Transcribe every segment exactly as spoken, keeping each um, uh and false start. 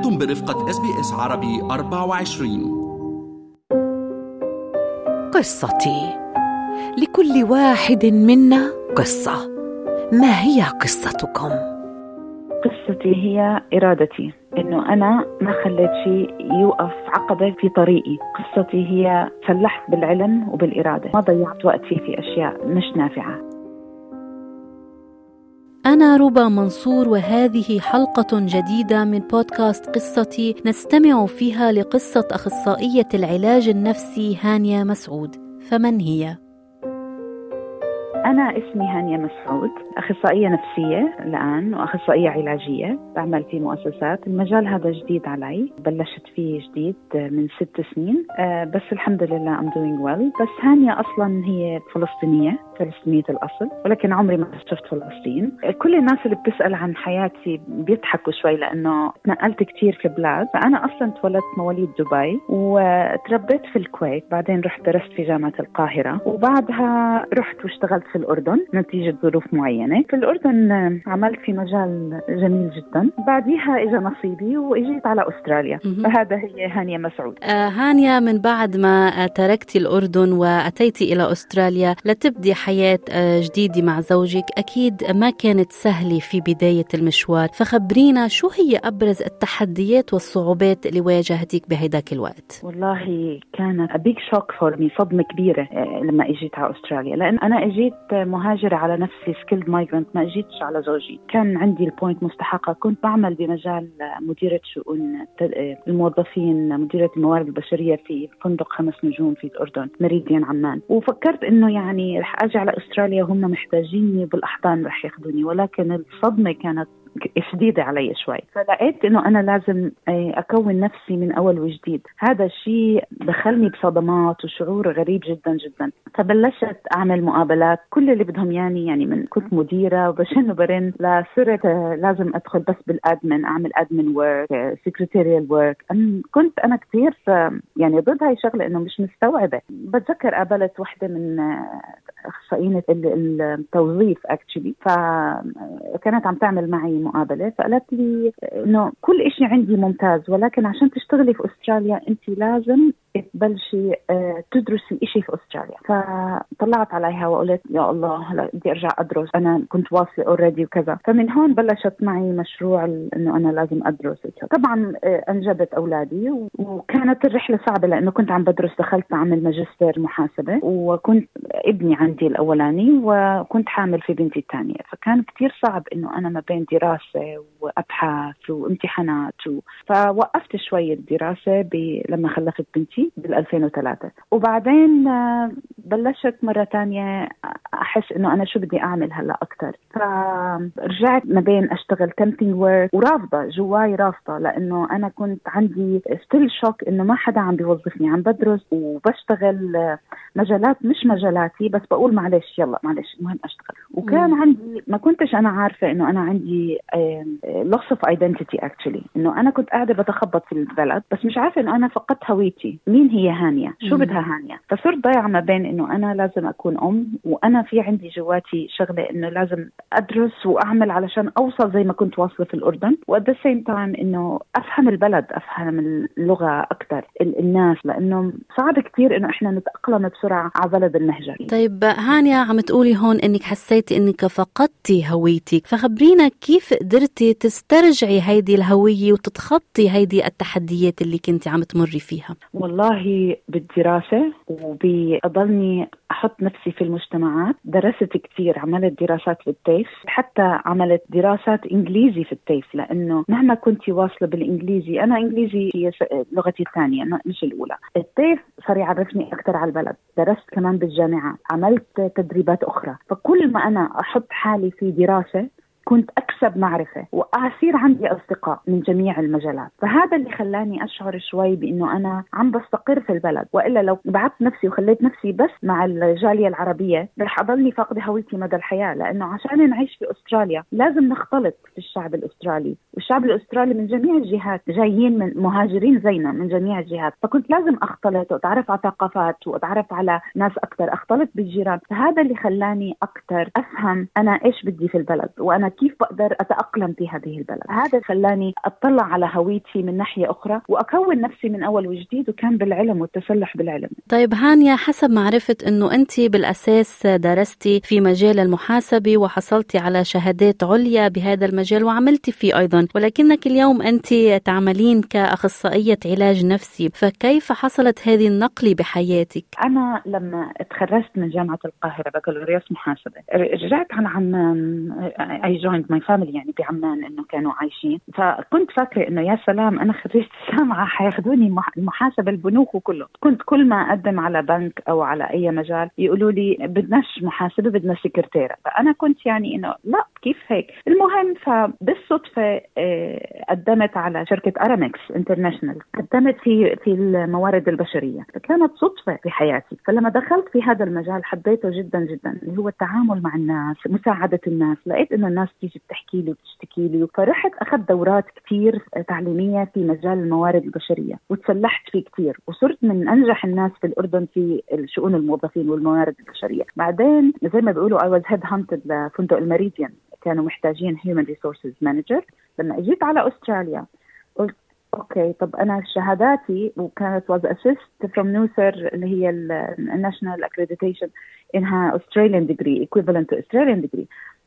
أنتم برفقة إس بي إس عربي أربعة وعشرين. قصتي. لكل واحد منا قصة. ما هي قصتكم؟ قصتي هي إرادتي، إنه أنا ما خليت شيء يوقف عقبة في طريقي. قصتي هي فلحت بالعلم وبالإرادة، ما ضيعت وقتي في أشياء مش نافعة. أنا ربى منصور، وهذه حلقة جديدة من بودكاست قصتي، نستمع فيها لقصة أخصائية العلاج النفسي هانية مسعود. فمن هي؟ أنا اسمي هانية مسعود، أخصائية نفسية الآن وأخصائية علاجية، بعمل في مؤسسات. المجال هذا جديد علي، بلشت فيه جديد من ست سنين، بس الحمد لله I'm doing well. بس هانية أصلا هي فلسطينية فلسطينية الأصل، ولكن عمري ما شفت فلسطين. كل الناس اللي بتسأل عن حياتي بيضحكوا شوي لأنه تنقلت كتير في بلاد. فأنا أصلا تولدت مواليد دبي وتربيت في الكويت، بعدين رحت درست في جامعة القاهرة، وبعدها رحت واشتغلت في الأردن نتيجة ظروف معينة. في الأردن عملت في مجال جميل جدا، بعديها إجا نصيبي وإجيت على أستراليا. فهذا هي هانية مسعود. آه هانية، من بعد ما تركت الأردن وأتيتي إلى أستراليا لتبدي حياة جديدة مع زوجك، أكيد ما كانت سهلة في بداية المشوار، فخبرينا شو هي أبرز التحديات والصعوبات اللي واجهتك بهداك الوقت؟ والله كانت a big shock for me، صدمة كبيرة لما إجيت على أستراليا، لأن أنا إجيت مهاجرة على نفسي skilled migrant، ما إجيتش على زوجي. كان عندي البوينت مستحقة، كنت بعمل بمجال مديرة شؤون الموظفين، مديرة الموارد البشرية في فندق خمس نجوم في الأردن مريدين عمان، وفكرت إنه يعني رح أجي على أستراليا وهم محتاجيني بالأحضان رح ياخدوني، ولكن الصدمة كانت شديدة علي شوي. فلقيت إنه أنا لازم أكون نفسي من أول وجديد. هذا الشيء دخلني بصدمات وشعور غريب جدا جدا. فبلشت أعمل مقابلات، كل اللي بدهم يعني يعني من كنت مديرة وبشن وبرن لصرت لازم أدخل بس بالأدمن، أعمل أدمن ورك، سيكريتيريال ورك. كنت أنا كثير يعني ضد هاي الشغلة، إنه مش مستوعبة. بتذكر قابلت واحدة من أخصائيين التوظيف actually، فكانت عم تعمل معي مقابلة، فقالت لي إنه كل إشي عندي ممتاز، ولكن عشان تشتغلي في أستراليا أنت لازم تبلشي تدرسي إشي في أستراليا. فطلعت عليها وقلت يا الله هلا بدي أرجع أدرس، أنا كنت واصلة أوريدي وكذا. فمن هون بلشت معي مشروع إنه أنا لازم أدرس. طبعا أنجبت أولادي، وكانت الرحلة صعبة لأنه كنت عم بدرس، دخلت أعمل ماجستير محاسبة، وكنت ابني عندي الأولاني وكنت حامل في بنتي الثانية. فكان كتير صعب إنه أنا ما بين دراسة وأبحاث وامتحانات و... فوقفت شوية الدراسة ب... لما خلفت بنتي بالألفين وثلاثة، وبعدين بلشت مرة تانية أحس إنه أنا شو بدي أعمل هلأ أكتر. فرجعت ما بين أشتغل temping work ورافضة جواي رافضة، لأنه أنا كنت عندي still shock إنه ما حدا عم بيوظفني، عم بدرس وبشتغل مجالات مش مجالاتي، بس بقول معلش يلا معلش المهم أشتغل. وكان عندي ما كنتش أنا عارفة إنه أنا عندي loss of identity actually، إنه أنا كنت قاعدة بتخبط في البلد، بس مش عارفة إنه أنا فقدت هويتي. مين هي هانية؟ شو بدها هانية؟ فصرت ضايعة ما بين إنه أنا لازم أكون أم، وأنا في عندي جواتي شغلة إنه لازم أدرس وأعمل علشان أوصل زي ما كنت واصلة في الأردن، وات ذا سيم تايم إنه أفهم البلد، أفهم اللغة أكتر، الناس، لأنه صعب كتير إنه إحنا نتأقلم بسرعة على بلد المهجر. طيب هانية، عم تقولي هون إنك حسيتي إنك فقدتي هويتك، فخبرينا كيف قدرتي تسترجعي هيدي الهوية وتتخطي هيدي التحديات اللي كنتي عم تمري فيها؟ والله بالدراسة، وبأضلني أحط نفسي في المجتمعات. درست كتير، عملت دراسات في التيف، حتى عملت دراسات إنجليزي في التيف، لأنه مهما كنت واصلة بالإنجليزي، أنا إنجليزي هي لغتي الثانية مش الأولى. التيف صار يعرفني أكتر على البلد. درست كمان بالجامعة، عملت تدريبات أخرى. فكل ما أنا أحط حالي في دراسة كنت أكسب معرفة وأصير عندي أصدقاء من جميع المجالات. فهذا اللي خلاني أشعر شوي بأنه أنا عم بستقر في البلد، وإلا لو بعدت نفسي وخليت نفسي بس مع الجالية العربية رح أضلني فاقدة هويتي مدى الحياة، لأنه عشان نعيش في أستراليا لازم نختلط في الشعب الأسترالي، والشعب الأسترالي من جميع الجهات جايين من مهاجرين زينا من جميع الجهات. فكنت لازم أختلط وأتعرف على ثقافات وأتعرف على ناس أكتر، أختلط بالجيران. فهذا اللي خلاني أكتر أفهم أنا إيش بدي في البلد. وأنا كيف بقدر أتأقلم في هذه البلد. هذا خلاني أطلع على هويتي من ناحية أخرى وأكون نفسي من أول وجديد، وكان بالعلم والتسلح بالعلم. طيب هانيا، حسب معرفة أنه أنت بالأساس درستي في مجال المحاسبة وحصلتي على شهادات عليا بهذا المجال وعملتي فيه أيضا، ولكنك اليوم أنت تعملين كأخصائية علاج نفسي، فكيف حصلت هذه النقلة بحياتك؟ أنا لما تخرجت من جامعة القاهرة بكالوريوس محاسبة رجعت على عمان. I joined my family يعني بعمان إنه كانوا عايشين، فكنت فاكرة إنه يا سلام أنا خرجت الجامعة حياخدوني المحاسبة البنوك وكله. كنت كل ما أقدم على بنك أو على أي مجال يقولوا لي بدناش محاسبة بدنا سكرتيرة، فأنا كنت يعني إنه لا كيف هيك. المهم فبالصدفة قدمت على شركة أرامكس انترناشنال، قدمت في في الموارد البشرية، فكانت صدفة في حياتي. فلما دخلت في هذا المجال حبيته جدا جدا، اللي هو التعامل مع الناس، مساعدة الناس. لقيت إنه الناس تيجي بتحكي لي وبتشتكي لي، فرحت أخذت دورات كتير تعليمية في مجال الموارد البشرية وتسلحت فيه كتير، وصرت من أنجح الناس في الأردن في الشؤون الموظفين والموارد البشرية. بعدين زي ما بيقولوا I was headhunted لفندق المريديان، كانوا محتاجين human resources manager. لما اجيت على أستراليا قلت اوكي طب انا شهاداتي، وكانت was assist from نوسر اللي هي الناشونال accreditation انها Australian degree equivalent to Australian degree،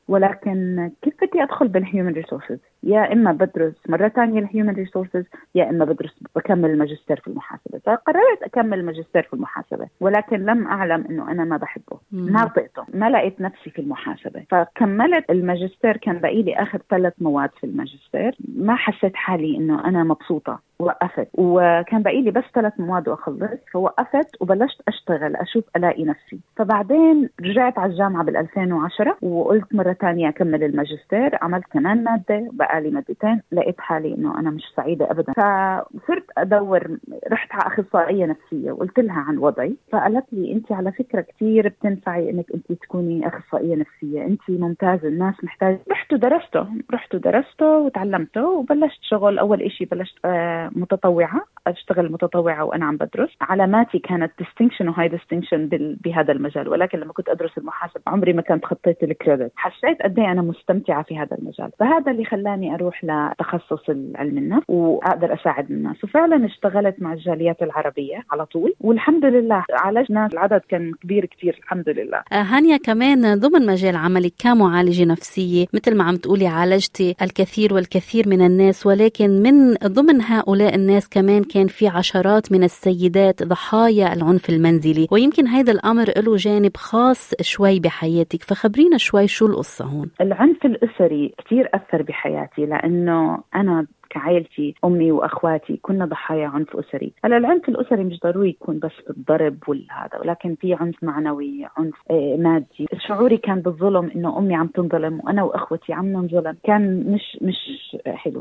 ولكن كيف بدي أدخل بالهيومن ريسورسز؟ يا إما بدرس مرة تانية الهيومن ريسورسز يا إما بدرس بكمل الماجستير في المحاسبة. فقررت أكمل الماجستير في المحاسبة، ولكن لم أعلم إنه أنا ما بحبه، ما طقته، ما لقيت نفسي في المحاسبة. فكملت الماجستير، كان بقي لي آخر ثلاث مواد في الماجستير، ما حسيت حالي إنه أنا مبسوطة، وقفت. وكان بقي لي بس ثلاث مواد وأخلص، فوقفت وبلشت أشتغل أشوف ألاقي نفسي. فبعدين رجعت على الجامعة بالألفين وعشرة وقلت مرة تانية أكمل الماجستير. عملت كمان مادة، بقى لي مادتين، لقيت حالي إنه أنا مش سعيدة أبدا. فصرت أدور، رحت على أخصائية نفسية وقلت لها عن وضعي، فقالت لي أنت على فكرة كتير بتنفعي إنك أنت تكوني أخصائية نفسية، أنت ممتازة، الناس محتاجة. رحت ودرسته رحت ودرسته وتعلمته وبلشت شغل. أول إشي بلشت آه متطوعة، أشتغل متطوعة وأنا عم بدرس. علاماتي كانت distinction وهاي distinction بهذا المجال، ولكن لما كنت أدرس المحاسبة عمري ما كنت خطيت الكريدت. حسيت قد ايه أنا مستمتعة في هذا المجال، فهذا اللي خلاني أروح لتخصص علم النفس وأقدر أساعد الناس. وفعلا اشتغلت مع الجاليات العربية على طول، والحمد لله عالجنا. العدد كان كبير كتير الحمد لله. هانيا، كمان ضمن مجال عملك كمعالجة نفسية مثل ما عم تقولي عالجتي الكثير والكثير من الناس، ولكن من ضمن هؤلاء الناس كمان كان في عشرات من السيدات ضحايا العنف المنزلي، ويمكن هذا الأمر له جانب خاص شوي بحياتك، فخبرينا شوي شو القصة هون. العنف الأسري كتير أثر بحياتي، لأنه أنا كعائلتي أمي وأخواتي كنا ضحايا عنف أسري. هلا العنف الأسري مش ضروري يكون بس بالضرب والهذا، ولكن في عنف معنوي، عنف مادي. شعوري كان بالظلم، إنه أمي عم تنظلم وأنا وأخوتي عم ننظلم، كان مش مش حلو.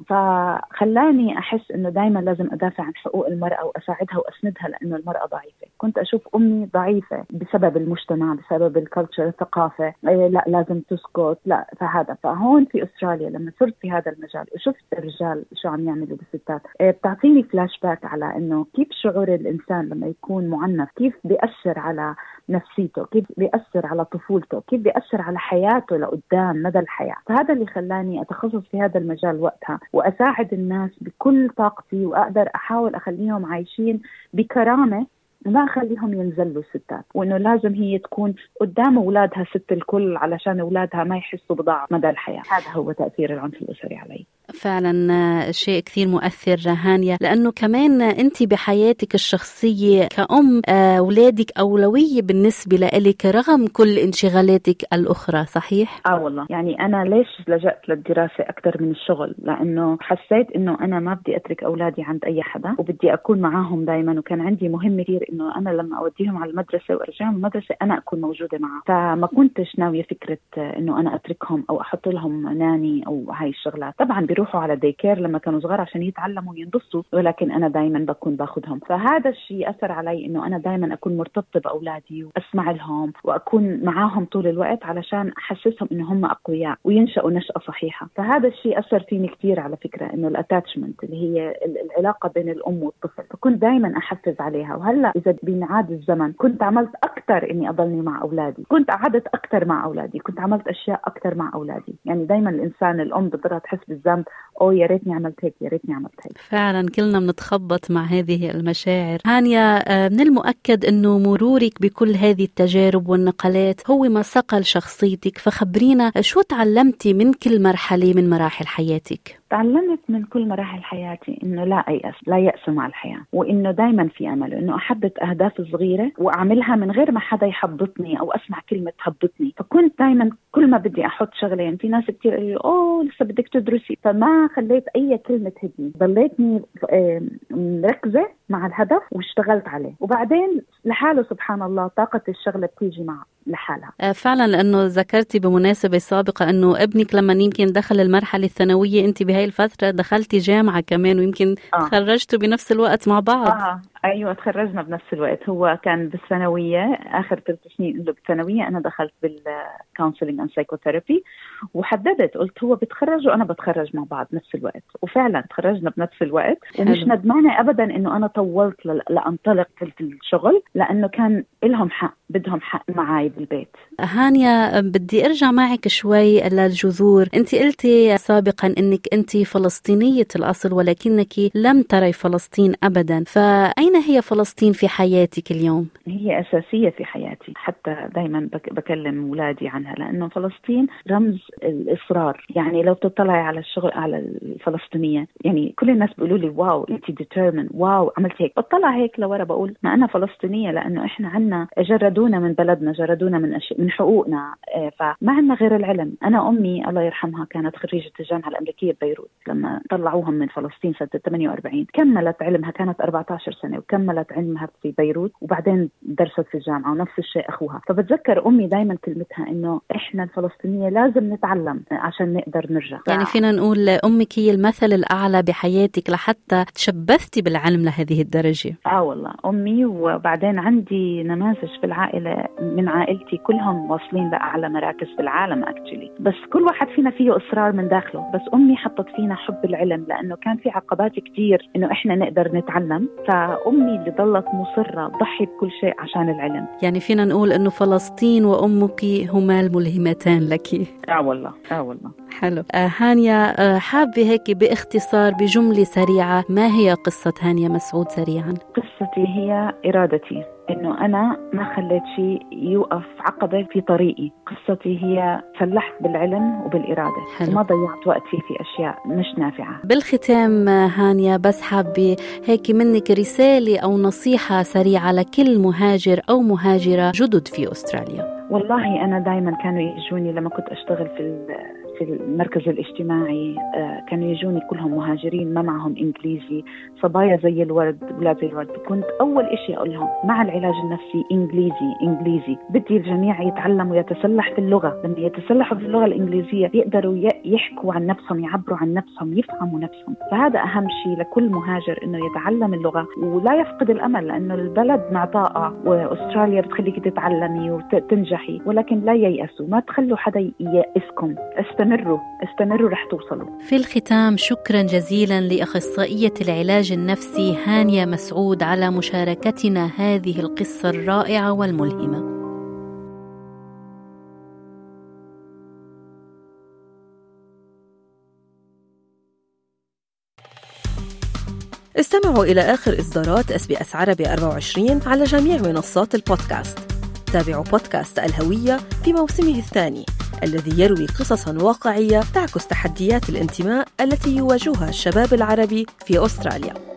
فخلاني أحس إنه دايما لازم أدافع عن حقوق المرأة وأساعدها وأسندها، لأنه المرأة ضعيفة. كنت أشوف أمي ضعيفة بسبب المجتمع، بسبب الكالتشر، الثقافة، لا لازم تسكت، لا. فهذا فهون في أستراليا لما صرت في هذا المجال وشفت الرجال شو عم يعملوا بالستات، بتعطيني فلاش باك على إنه كيف شعور الإنسان لما يكون معنف، كيف بيأثر على نفسيته، كيف بيأثر على طفولته، كيف بيأثر على حياته لقدام مدى الحياة. فهذا اللي خلاني أتخصص في هذا المجال وقتها، وأساعد الناس بكل طاقتي، وأقدر أحاول أخليهم عايشين بكرامة، ما أخليهم ينزلوا الستات، وإنه لازم هي تكون قدام أولادها ست الكل علشان أولادها ما يحسوا بضعف مدى الحياة. هذا هو تأثير العنف الأسري علي. فعلا شيء كثير مؤثر هانيا، لأنه كمان أنت بحياتك الشخصية كأم أولادك أولوية بالنسبة لك رغم كل انشغالاتك الأخرى، صحيح؟ آه والله، يعني أنا ليش لجأت للدراسة أكثر من الشغل؟ لأنه حسيت إنه أنا ما بدي أترك أولادي عند أي حدا، وبدي أكون معاهم دايما. وكان عندي مهم كثير إنه أنا لما أوديهم على المدرسة وأرجعهم المدرسة أنا أكون موجودة معهم. فما كنتش ناوية فكرة إنه أنا أتركهم أو أحط لهم ناني أو هاي الشغلات. طبعا بيروح يروحوا على ديكير لما كانوا صغار عشان يتعلموا وينبسطوا، ولكن أنا دايما بكون باخدهم. فهذا الشيء أثر علي إنه أنا دايما أكون مرتبطة بأولادي وأسمع لهم وأكون معاهم طول الوقت علشان أحسسهم إنه هم أقوياء وينشأوا نشأة صحيحة. فهذا الشيء أثر فيني كتير على فكرة، إنه الاتاتشمنت اللي هي العلاقة بين الأم والطفل، فكنت دايما أحفز عليها. وهلا إذا بينعاد الزمن كنت عملت أكتر إني أضلني مع أولادي، كنت قعدت أكتر مع أولادي، كنت عملت أشياء أكتر مع أولادي. يعني دايما الإنسان الأم بتضطر تحس بالذنب، أو يا ريتني عملت هيك، يا ريتني عملت هيك. فعلا كلنا بنتخبط مع هذه المشاعر. هانيا، من المؤكد أنه مرورك بكل هذه التجارب والنقلات هو ما صقل شخصيتك، فخبرينا شو تعلمتي من كل مرحلة من مراحل حياتك؟ تعلمت من كل مراحل حياتي إنه لا أيأس، لا يأس مع الحياة، وإنه دايما في أمل، وإنه أحدد أهداف صغيرة وأعملها من غير ما حدا يحبطني أو أسمع كلمة تحبطني. فكنت دايما كل ما بدي أحط شغلة، يعني في ناس كتير قالوا لي أوه لسه بدك تدرسي، فما خليت أي كلمة تهدني، ضليتني مركزة مع الهدف واشتغلت عليه، وبعدين لحاله سبحان الله طاقة الشغلة بتيجي مع لحالها. فعلا، لأنه ذكرتي بمناسبة سابقة أنه ابنك لما يمكن دخل المرحلة الثانوية أنت بهاي الفترة دخلتي جامعة كمان، ويمكن آه. تخرجتوا بنفس الوقت مع بعض. آه. أيوة تخرجنا بنفس الوقت، هو كان بالثانوية آخر ثلاث سنين له بالثانوية، أنا دخلت بالكونسلينج أند سايكوثيرابي، وحددت قلت هو بتخرج وأنا بتخرج مع بعض نفس الوقت، وفعلا تخرجنا بنفس الوقت. ومش ندمانة أبدا إنه أنا طولت لأنطلق في الشغل، لأنه كان لهم حق، بدهم حق معاي بالبيت. هانيا، بدي أرجع معك شوي للجذور. أنت قلتي سابقا أنك أنت فلسطينية الأصل، ولكنك لم تري فلسطين أبدا، فأين هي فلسطين في حياتك اليوم؟ هي أساسية في حياتي، حتى دايما بكلم أولادي عنها، لأنه فلسطين رمز الإصرار. يعني لو تطلعي على الشغل على الفلسطينية، يعني كل الناس بيقولوا لي واو أنت determined، واو عملت هيك، بطلع هيك لورا بقول ما أنا فلسطينية، لأنه إحنا عنا جردونا من بلدنا، جردونا من أش... من حقوقنا، فما عنا غير العلم. أنا أمي الله يرحمها كانت خريجة الجامعة الأمريكية ببيروت، لما طلعوهم من فلسطين سنة ثمانية وأربعين كملت علمها، كانت أربعة عشر سنة وكملت علمها في بيروت، وبعدين درست في الجامعة، ونفس الشيء أخوها. فبتذكر أمي دايما كلمتها إنه إحنا الفلسطينية لازم نتعلم عشان نقدر نرجع. يعني فينا نقول أمك هي المثل الأعلى بحياتك لحتى تشبثتي بالعلم لهذه الدرجة. آه والله أمي، وبعدين عندي نماذج في العائلة من عائلتي كلهم واصلين لأعلى مراكز في العالم أكتشلي، بس كل واحد فينا فيه إصرار من داخله. بس أمي حطت فينا حب العلم، لأنه كان في عقبات كتير إنه إحنا نقدر نتعلم، فأمي اللي ضلت مصرة تضحي بكل شيء عشان العلم. يعني فينا نقول إنه فلسطين وأمك هما الملهمتان لك. آه والله آه والله. حلو. آه هانيا، آه حابة هيك باختصار بجملة سريعة، ما هي قصة هانيا مسعود سريعا؟ قصتي هي إرادتي، إنه أنا ما خليت شيء يوقف عقبة في طريقي. قصتي هي فلحت بالعلم وبالإرادة، حلو. وما ضيعت وقتي في أشياء مش نافعة. بالختام هانيا، بس حابة هيك منك رسالة أو نصيحة سريعة لكل مهاجر أو مهاجرة جدد في أستراليا. والله أنا دايما كانوا يجوني لما كنت أشتغل في في المركز الاجتماعي، كانوا يجوني كلهم مهاجرين ما معهم إنجليزي، صبايا زي الورد، ولاد زي الورد. كنت أول إشي أقول لهم مع العلاج النفسي إنجليزي إنجليزي، بدي الجميع يتعلموا يتسلح في اللغة. لما يتسلحوا في اللغة الإنجليزية يقدروا يحكوا عن نفسهم، يعبروا عن نفسهم، يفهموا نفسهم. فهذا أهم شيء لكل مهاجر، إنه يتعلم اللغة ولا يفقد الأمل، لأنه البلد معطاءة، وأستراليا بتخليك تتعلمي وتنجحي، ولكن لا ييأسوا، ما تخلوا حدا ييأسكم، استمروا استمروا رح توصلوا. في الختام، شكرا جزيلا لأخصائية العلاج النفسي هانيا مسعود على مشاركتنا هذه القصة الرائعة والملهمة. استمعوا إلى آخر إصدارات إس بي إس عربي أربعة وعشرين على جميع منصات البودكاست. تابعوا بودكاست الهوية في موسمه الثاني، الذي يروي قصصاً واقعية تعكس تحديات الانتماء التي يواجهها الشباب العربي في أستراليا.